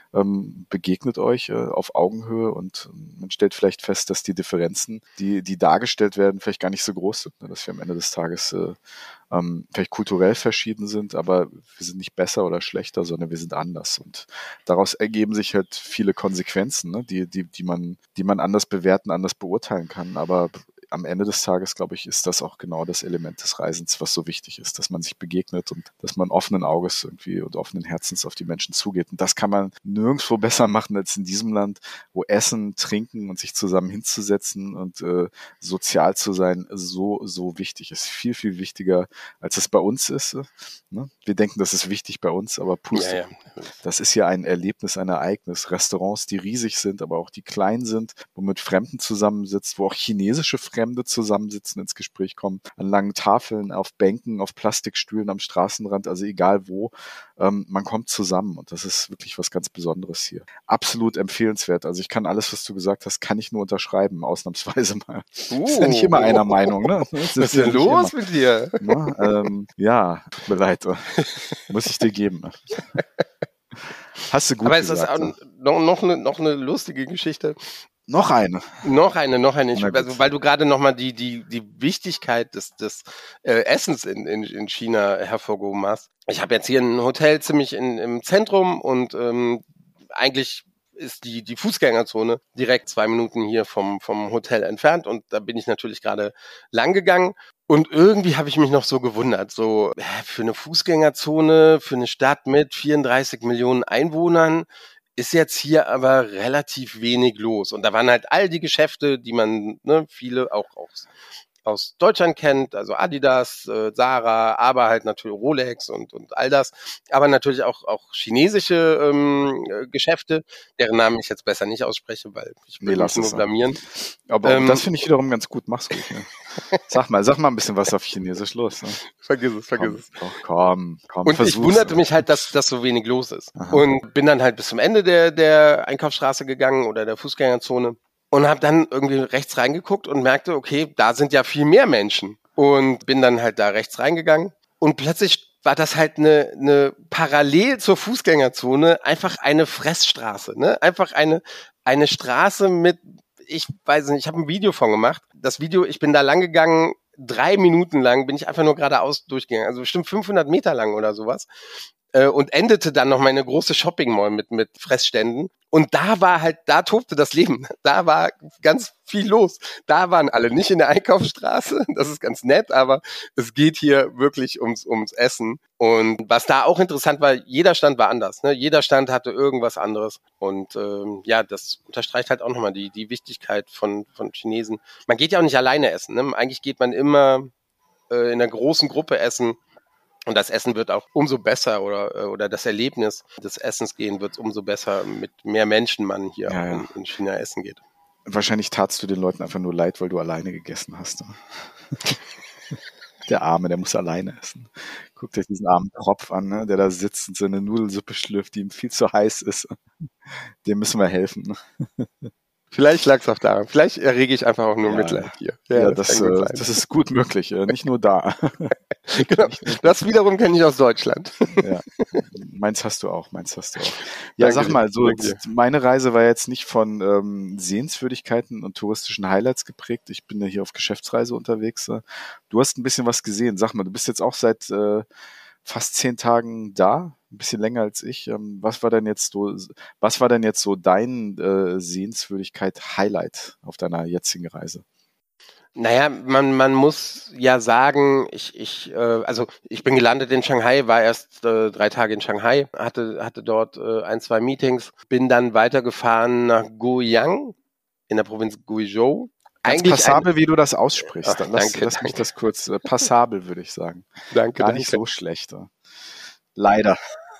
begegnet euch auf Augenhöhe und man stellt vielleicht fest, dass die Differenzen, die dargestellt werden, vielleicht gar nicht so groß sind, ne? Dass wir am Ende des Tages vielleicht kulturell verschieden sind, aber wir sind nicht besser oder schlechter, sondern wir sind anders und daraus ergeben sich halt viele Konsequenzen, ne? die man anders bewerten, anders beurteilen kann, aber am Ende des Tages, glaube ich, ist das auch genau das Element des Reisens, was so wichtig ist, dass man sich begegnet und dass man offenen Auges irgendwie und offenen Herzens auf die Menschen zugeht. Und das kann man nirgendwo besser machen als in diesem Land, wo Essen, Trinken und sich zusammen hinzusetzen und sozial zu sein so wichtig ist. Viel, viel wichtiger, als es bei uns ist. Ne? Wir denken, das ist wichtig bei uns, aber Puste. Ja. Das ist ja ein Erlebnis, ein Ereignis. Restaurants, die riesig sind, aber auch die klein sind, wo mit Fremden zusammensitzt, wo auch chinesische Fremde zusammensitzen, ins Gespräch kommen, an langen Tafeln, auf Bänken, auf Plastikstühlen am Straßenrand, also egal wo, man kommt zusammen und das ist wirklich was ganz Besonderes hier. Absolut empfehlenswert. Also ich kann alles, was du gesagt hast, kann ich nur unterschreiben, ausnahmsweise mal. Ist ja nicht immer einer Meinung, ne? Was ist denn los mit dir? Ne? Ja, tut mir leid. Muss ich dir geben. Hast du gut gesagt. Aber ist das auch noch eine lustige Geschichte? Noch eine. Also, weil du gerade nochmal die Wichtigkeit des Essens in China hervorgehoben hast. Ich habe jetzt hier ein Hotel ziemlich im Zentrum und eigentlich ist die Fußgängerzone direkt 2 Minuten hier vom Hotel entfernt und da bin ich natürlich gerade lang gegangen. Und irgendwie habe ich mich noch so gewundert, so für eine Fußgängerzone, für eine Stadt mit 34 Millionen Einwohnern, ist jetzt hier aber relativ wenig los. Und da waren halt all die Geschäfte, die man, ne, viele auch aus Deutschland kennt, also Adidas, Zara, aber halt natürlich Rolex und all das, aber natürlich auch chinesische Geschäfte, deren Namen ich jetzt besser nicht ausspreche, weil ich will mich nur blamieren. Aber das finde ich wiederum ganz gut, mach's gut. Ne? Sag mal ein bisschen was auf Chinesisch los. Ne? Vergiss es. Komm. Und ich wunderte mich halt, dass so wenig los ist. Aha. Und bin dann halt bis zum Ende der Einkaufsstraße gegangen oder der Fußgängerzone. Und habe dann irgendwie rechts reingeguckt und merkte, okay, da sind ja viel mehr Menschen. Und bin dann halt da rechts reingegangen. Und plötzlich war das halt eine parallel zur Fußgängerzone einfach eine Fressstraße. Ne? Einfach eine Straße mit, ich weiß nicht, ich habe ein Video von gemacht. Das Video, ich bin da lang gegangen, 3 Minuten lang bin ich einfach nur geradeaus durchgegangen. Also bestimmt 500 Meter lang oder sowas. und endete dann noch meine große Shopping Mall mit Fressständen. Und da tobte das Leben. Da war ganz viel los. Da waren alle nicht in der Einkaufsstraße. Das ist ganz nett, aber es geht hier wirklich ums Essen. Und was da auch interessant war, jeder Stand war anders. Ne? Jeder Stand hatte irgendwas anderes. Und das unterstreicht halt auch nochmal die Wichtigkeit von Chinesen. Man geht ja auch nicht alleine essen. Ne? Eigentlich geht man immer in einer großen Gruppe essen. Und das Essen wird auch umso besser oder das Erlebnis des Essens gehen wird umso besser, mit mehr Menschen man hier in China essen geht. Wahrscheinlich tatst du den Leuten einfach nur leid, weil du alleine gegessen hast. Ne? Der Arme, der muss alleine essen. Guckt euch diesen armen Tropf an, ne? Der da sitzt und so eine Nudelsuppe schlürft, die ihm viel zu heiß ist. Dem müssen wir helfen. Vielleicht lag's auch da. Vielleicht errege ich einfach auch nur Mitleid hier. Ja, das ist gut möglich. Nicht nur da. Genau. Das wiederum kenne ich aus Deutschland. Ja. Meins hast du auch. Ja, danke, sag mal, so meine Reise war jetzt nicht von Sehenswürdigkeiten und touristischen Highlights geprägt. Ich bin ja hier auf Geschäftsreise unterwegs. Du hast ein bisschen was gesehen. Sag mal, du bist jetzt auch seit fast 10 Tagen da, ein bisschen länger als ich. Was war denn jetzt so dein Sehenswürdigkeit-Highlight auf deiner jetzigen Reise? Naja, man muss ja sagen, ich bin gelandet in Shanghai, war erst 3 Tage in Shanghai, hatte dort 1-2 Meetings, bin dann weitergefahren nach Guiyang in der Provinz Guizhou. Eigentlich passabel, wie du das aussprichst. Ach, Lass mich das kurz, passabel würde ich sagen. Danke. Gar nicht so schlecht. Leider.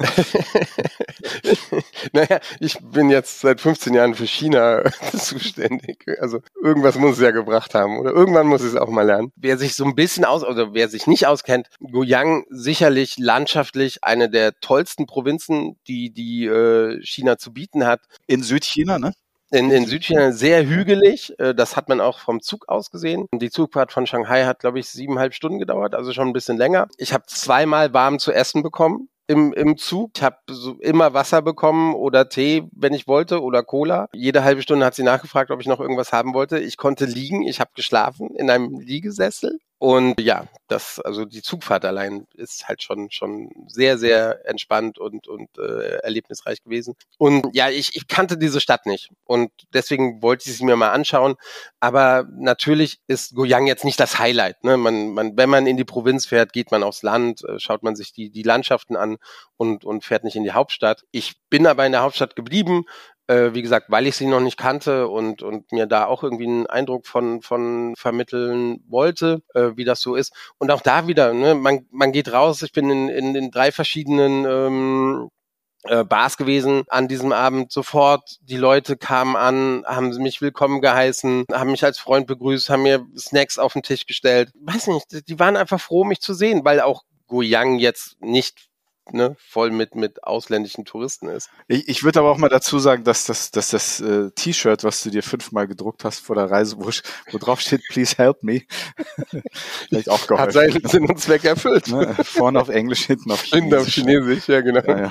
Naja, ich bin jetzt seit 15 Jahren für China zuständig. Also irgendwas muss es ja gebracht haben oder irgendwann muss es auch mal lernen. Wer sich so ein bisschen wer sich nicht auskennt, Guiyang sicherlich landschaftlich eine der tollsten Provinzen, die China zu bieten hat. In Südchina, ne? In Südchina sehr hügelig, das hat man auch vom Zug aus gesehen. Die Zugfahrt von Shanghai hat, glaube ich, 7,5 Stunden gedauert, also schon ein bisschen länger. Ich habe 2-mal warm zu essen bekommen im Zug. Ich habe immer Wasser bekommen oder Tee, wenn ich wollte, oder Cola. Jede halbe Stunde hat sie nachgefragt, ob ich noch irgendwas haben wollte. Ich konnte liegen, ich habe geschlafen in einem Liegesessel. Und ja, die Zugfahrt allein ist halt schon sehr, sehr entspannt und erlebnisreich gewesen. Und ja, ich kannte diese Stadt nicht und deswegen wollte ich sie mir mal anschauen. Aber natürlich ist Guiyang jetzt nicht das Highlight. Ne? Wenn man in die Provinz fährt, geht man aufs Land, schaut man sich die Landschaften an und fährt nicht in die Hauptstadt. Ich bin aber in der Hauptstadt geblieben. Wie gesagt, weil ich sie noch nicht kannte und mir da auch irgendwie einen Eindruck von vermitteln wollte, wie das so ist. Und auch da wieder, ne, man geht raus. Ich bin in 3 verschiedenen Bars gewesen an diesem Abend. Sofort, die Leute kamen an, haben mich willkommen geheißen, haben mich als Freund begrüßt, haben mir Snacks auf den Tisch gestellt. Weiß nicht, die waren einfach froh, mich zu sehen, weil auch Guiyang jetzt nicht voll mit ausländischen Touristen ist. Ich würde aber auch mal dazu sagen, dass das T-Shirt, was du dir 5-mal gedruckt hast vor der Reise, wo drauf steht, please help me, vielleicht auch geholfen. Hat seinen Sinn und Zweck erfüllt. Ne? Vorne auf Englisch, hinten auf Chinesisch. Hinten auf Chinesisch, ja genau. Ja.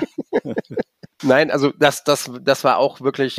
Nein, also das war auch wirklich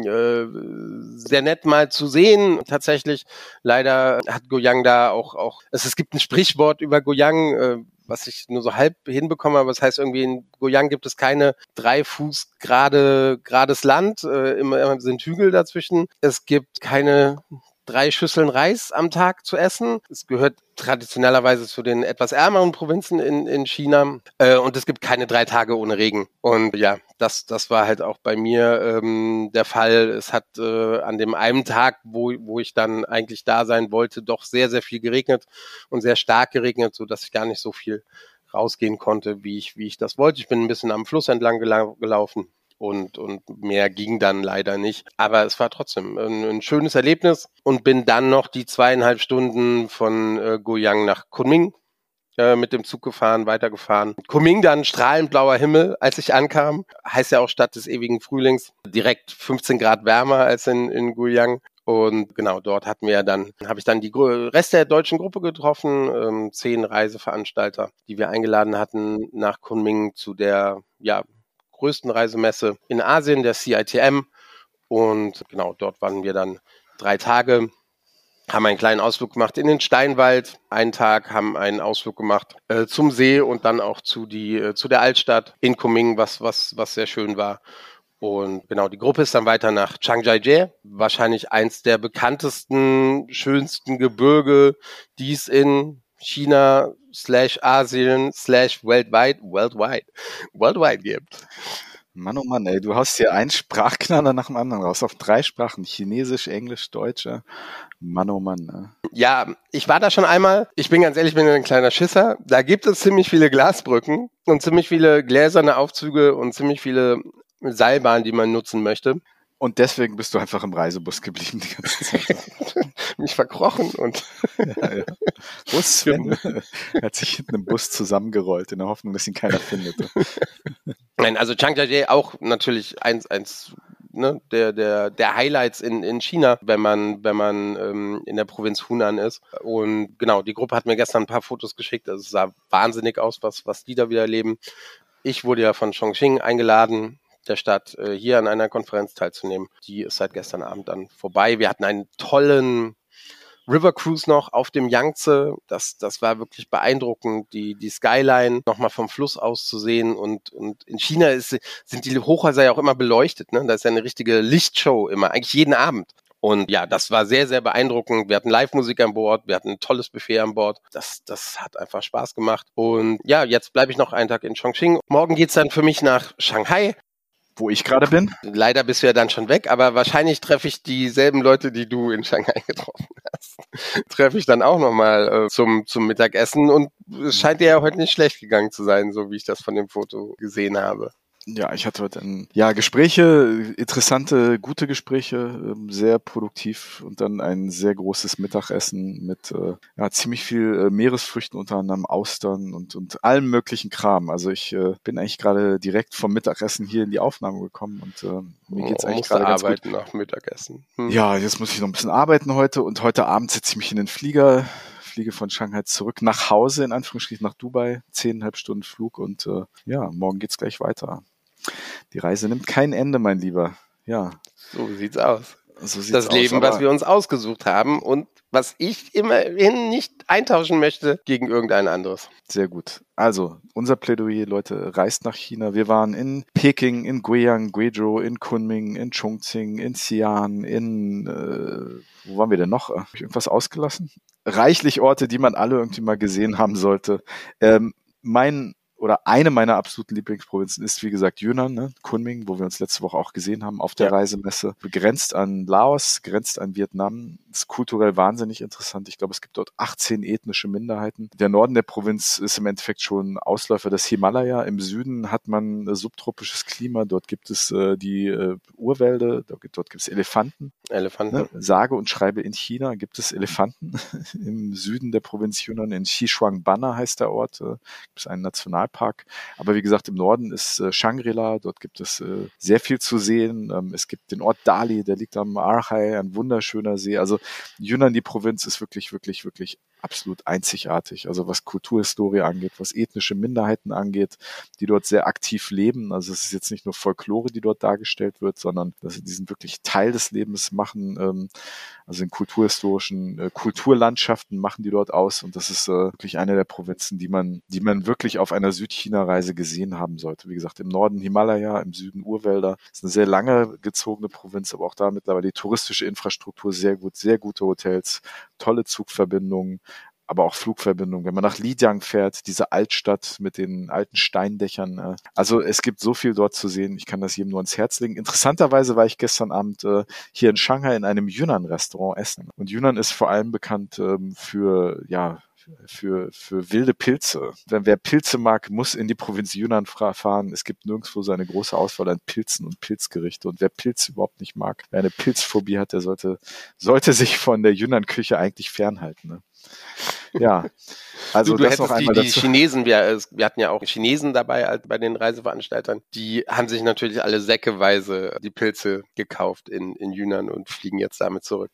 sehr nett mal zu sehen. Tatsächlich, leider hat Guiyang da auch es gibt ein Sprichwort über Guiyang, was ich nur so halb hinbekomme, aber das heißt irgendwie, in Guiyang gibt es keine 3 Fuß gerades Land, immer sind Hügel dazwischen. Es gibt keine 3 Schüsseln Reis am Tag zu essen. Es gehört traditionellerweise zu den etwas ärmeren Provinzen in China. Und es gibt keine 3 Tage ohne Regen. Und ja, das war halt auch bei mir der Fall. Es hat an dem einen Tag, wo ich dann eigentlich da sein wollte, doch sehr, sehr viel geregnet und sehr stark geregnet, so dass ich gar nicht so viel rausgehen konnte, wie ich das wollte. Ich bin ein bisschen am Fluss entlang gelaufen. Und mehr ging dann leider nicht. Aber es war trotzdem ein schönes Erlebnis und bin dann noch die 2,5 Stunden von Guiyang nach Kunming mit dem Zug weitergefahren. Kunming dann strahlend blauer Himmel, als ich ankam. Heißt ja auch Stadt des ewigen Frühlings. Direkt 15 Grad wärmer als in Guiyang. Und genau, dort habe ich dann die Rest der deutschen Gruppe getroffen, 10 Reiseveranstalter, die wir eingeladen hatten nach Kunming zu der, größten Reisemesse in Asien, der CITM. Und genau, dort waren wir dann 3 Tage. haben einen kleinen Ausflug gemacht in den Steinwald, einen Tag, haben einen Ausflug gemacht zum See und dann auch zu der Altstadt in Kunming, was sehr schön war. Und genau, die Gruppe ist dann weiter nach Zhangjiajie, wahrscheinlich eins der bekanntesten, schönsten Gebirge, die es in China /Asien /worldwide gibt. Mann, oh Mann, ey, du haust hier einen Sprachknaller nach dem anderen raus, auf 3 Sprachen, Chinesisch, Englisch, Deutsch. Mann, oh Mann. Ne? Ja, ich war da schon einmal. Ich bin ganz ehrlich, ich bin ein kleiner Schisser. Da gibt es ziemlich viele Glasbrücken und ziemlich viele gläserne Aufzüge und ziemlich viele Seilbahnen, die man nutzen möchte. Und deswegen bist du einfach im Reisebus geblieben die ganze Zeit. Mich verkrochen und ja. Bus, Sven, er hat sich hinten im Bus zusammengerollt, in der Hoffnung, dass ihn keiner findet. Nein, also Zhangjiajie auch natürlich eins ne, der Highlights in China, wenn man in der Provinz Hunan ist. Und genau, die Gruppe hat mir gestern ein paar Fotos geschickt. Also es sah wahnsinnig aus, was die da wieder erleben. Ich wurde ja von Chongqing eingeladen, der Stadt, hier an einer Konferenz teilzunehmen. Die ist seit gestern Abend dann vorbei. Wir hatten einen tollen River Cruise noch auf dem Yangtze. Das war wirklich beeindruckend, die Skyline nochmal vom Fluss aus zu sehen. Und in China sind die Hochhäuser ja auch immer beleuchtet. Ne? Da ist ja eine richtige Lichtshow immer, eigentlich jeden Abend. Und ja, das war sehr, sehr beeindruckend. Wir hatten Live-Musik an Bord, wir hatten ein tolles Buffet an Bord. Das hat einfach Spaß gemacht. Und ja, jetzt bleibe ich noch einen Tag in Chongqing. Morgen geht's dann für mich nach Shanghai. Wo ich gerade bin. Leider bist du ja dann schon weg, aber wahrscheinlich treffe ich dieselben Leute, die du in Shanghai getroffen hast. Treffe ich dann auch nochmal zum Mittagessen und es scheint dir ja heute nicht schlecht gegangen zu sein, so wie ich das von dem Foto gesehen habe. Ja, ich hatte heute Gespräche, interessante, gute Gespräche, sehr produktiv und dann ein sehr großes Mittagessen mit ziemlich viel Meeresfrüchten, unter anderem Austern und allem möglichen Kram. Also ich bin eigentlich gerade direkt vom Mittagessen hier in die Aufnahme gekommen und mir geht's eigentlich gerade ganz gut. Arbeiten nach Mittagessen. Ja, jetzt muss ich noch ein bisschen arbeiten heute und heute Abend setze ich mich in den Flieger, fliege von Shanghai zurück nach Hause, in Anführungsstrichen nach Dubai, 10,5 Stunden Flug und morgen geht's gleich weiter. Die Reise nimmt kein Ende, mein Lieber. Ja. So sieht's aus. So sieht's das Leben, was wir uns ausgesucht haben und was ich immerhin nicht eintauschen möchte gegen irgendein anderes. Sehr gut. Also, unser Plädoyer, Leute, reist nach China. Wir waren in Peking, in Guiyang, Guizhou, in Kunming, in Chongqing, in Xi'an, wo waren wir denn noch? Habe ich irgendwas ausgelassen? Reichlich Orte, die man alle irgendwie mal gesehen haben sollte. Eine meiner absoluten Lieblingsprovinzen ist, wie gesagt, Yunnan, ne? Kunming, wo wir uns letzte Woche auch gesehen haben auf der Reisemesse. Grenzt an Laos, grenzt an Vietnam. Ist kulturell wahnsinnig interessant. Ich glaube, es gibt dort 18 ethnische Minderheiten. Der Norden der Provinz ist im Endeffekt schon Ausläufer des Himalaya. Im Süden hat man subtropisches Klima. Dort gibt es die Urwälder. Dort gibt es Elefanten. Ne? Sage und schreibe, in China gibt es Elefanten. Im Süden der Provinz Yunnan, in Xishuangbanna heißt der Ort, gibt es einen Nationalpark. Aber wie gesagt, im Norden ist Shangri-La, dort gibt es sehr viel zu sehen. Es gibt den Ort Dali, der liegt am Archai, ein wunderschöner See. Also Yunnan, die Provinz, ist wirklich, wirklich, wirklich absolut einzigartig. Also was Kulturhistorie angeht, was ethnische Minderheiten angeht, die dort sehr aktiv leben. Also es ist jetzt nicht nur Folklore, die dort dargestellt wird, sondern dass sie diesen wirklich Teil des Lebens machen. Also in kulturhistorischen Kulturlandschaften machen die dort aus. Und das ist wirklich eine der Provinzen, die man wirklich auf einer Südchina-Reise gesehen haben sollte. Wie gesagt, im Norden Himalaya, im Süden Urwälder. Das ist eine sehr lange gezogene Provinz, aber auch da mittlerweile die touristische Infrastruktur sehr gut, sehr gute Hotels, tolle Zugverbindungen, aber auch Flugverbindungen. Wenn man nach Lijiang fährt, diese Altstadt mit den alten Steindächern. Also es gibt so viel dort zu sehen. Ich kann das jedem nur ans Herz legen. Interessanterweise war ich gestern Abend hier in Shanghai in einem Yunnan-Restaurant essen. Und Yunnan ist vor allem bekannt für wilde Pilze. Wer Pilze mag, muss in die Provinz Yunnan fahren. Es gibt nirgendwo so eine große Auswahl an Pilzen und Pilzgerichte. Und wer Pilze überhaupt nicht mag, wer eine Pilzphobie hat, der sollte sich von der Yunnan-Küche eigentlich fernhalten. Ne? Ja, also du das noch einmal die dazu. Chinesen, wir hatten ja auch Chinesen dabei bei den Reiseveranstaltern, die haben sich natürlich alle säckeweise die Pilze gekauft in Yunnan und fliegen jetzt damit zurück.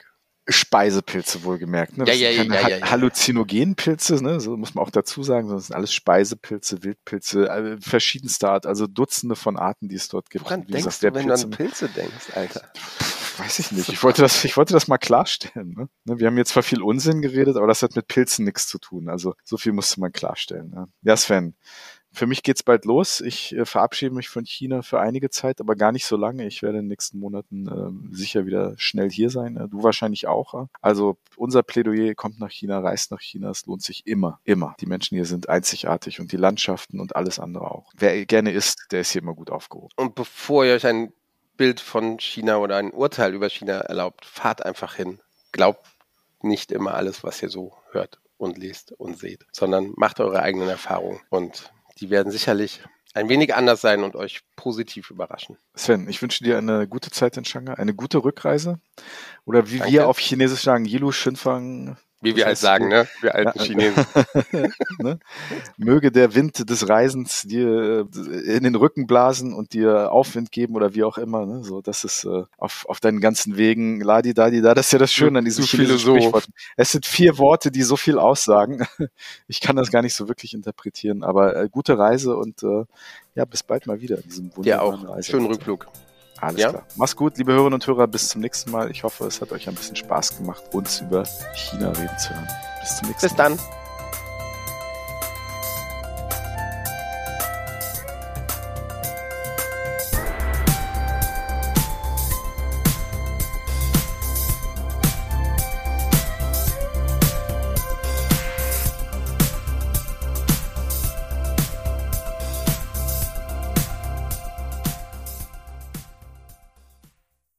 Speisepilze wohlgemerkt. Ne? Das sind keine Halluzinogenpilze, ne? So muss man auch dazu sagen, sondern das sind alles Speisepilze, Wildpilze, verschiedenster Art, also Dutzende von Arten, die es dort gibt. Woran denkst du, wenn du an Pilze denkst, Alter? Weiß ich nicht. Ich wollte das mal klarstellen. Ne? Wir haben jetzt zwar viel Unsinn geredet, aber das hat mit Pilzen nichts zu tun. Also so viel musste man klarstellen. Ne? Ja, Sven, für mich geht's bald los. Ich verabschiede mich von China für einige Zeit, aber gar nicht so lange. Ich werde in den nächsten Monaten sicher wieder schnell hier sein. Du wahrscheinlich auch. Also unser Plädoyer: kommt nach China, reist nach China. Es lohnt sich immer, immer. Die Menschen hier sind einzigartig und die Landschaften und alles andere auch. Wer gerne isst, der ist hier immer gut aufgehoben. Und bevor ihr euch ein Bild von China oder ein Urteil über China erlaubt, fahrt einfach hin. Glaubt nicht immer alles, was ihr so hört und liest und seht, sondern macht eure eigenen Erfahrungen und die werden sicherlich ein wenig anders sein und euch positiv überraschen. Sven, ich wünsche dir eine gute Zeit in Shanghai, eine gute Rückreise. Oder wie wir auf Chinesisch sagen, Yilu Shinfang. Wie wir halt sagen, ne? Wir alten Chinesen. Ne? Möge der Wind des Reisens dir in den Rücken blasen und dir Aufwind geben oder wie auch immer. Ne? So, das ist auf deinen ganzen Wegen Ladi-Dadi-Da. Das ist ja das Schöne an diesem chinesischen Sprichwort. Es sind 4 Worte, die so viel aussagen. Ich kann das gar nicht so wirklich interpretieren, aber gute Reise und bis bald mal wieder in diesem wunderbaren Reise. Schönen Rückflug. Alles klar. Mach's gut, liebe Hörerinnen und Hörer. Bis zum nächsten Mal. Ich hoffe, es hat euch ein bisschen Spaß gemacht, uns über China reden zu hören. Bis zum nächsten Mal. Bis dann.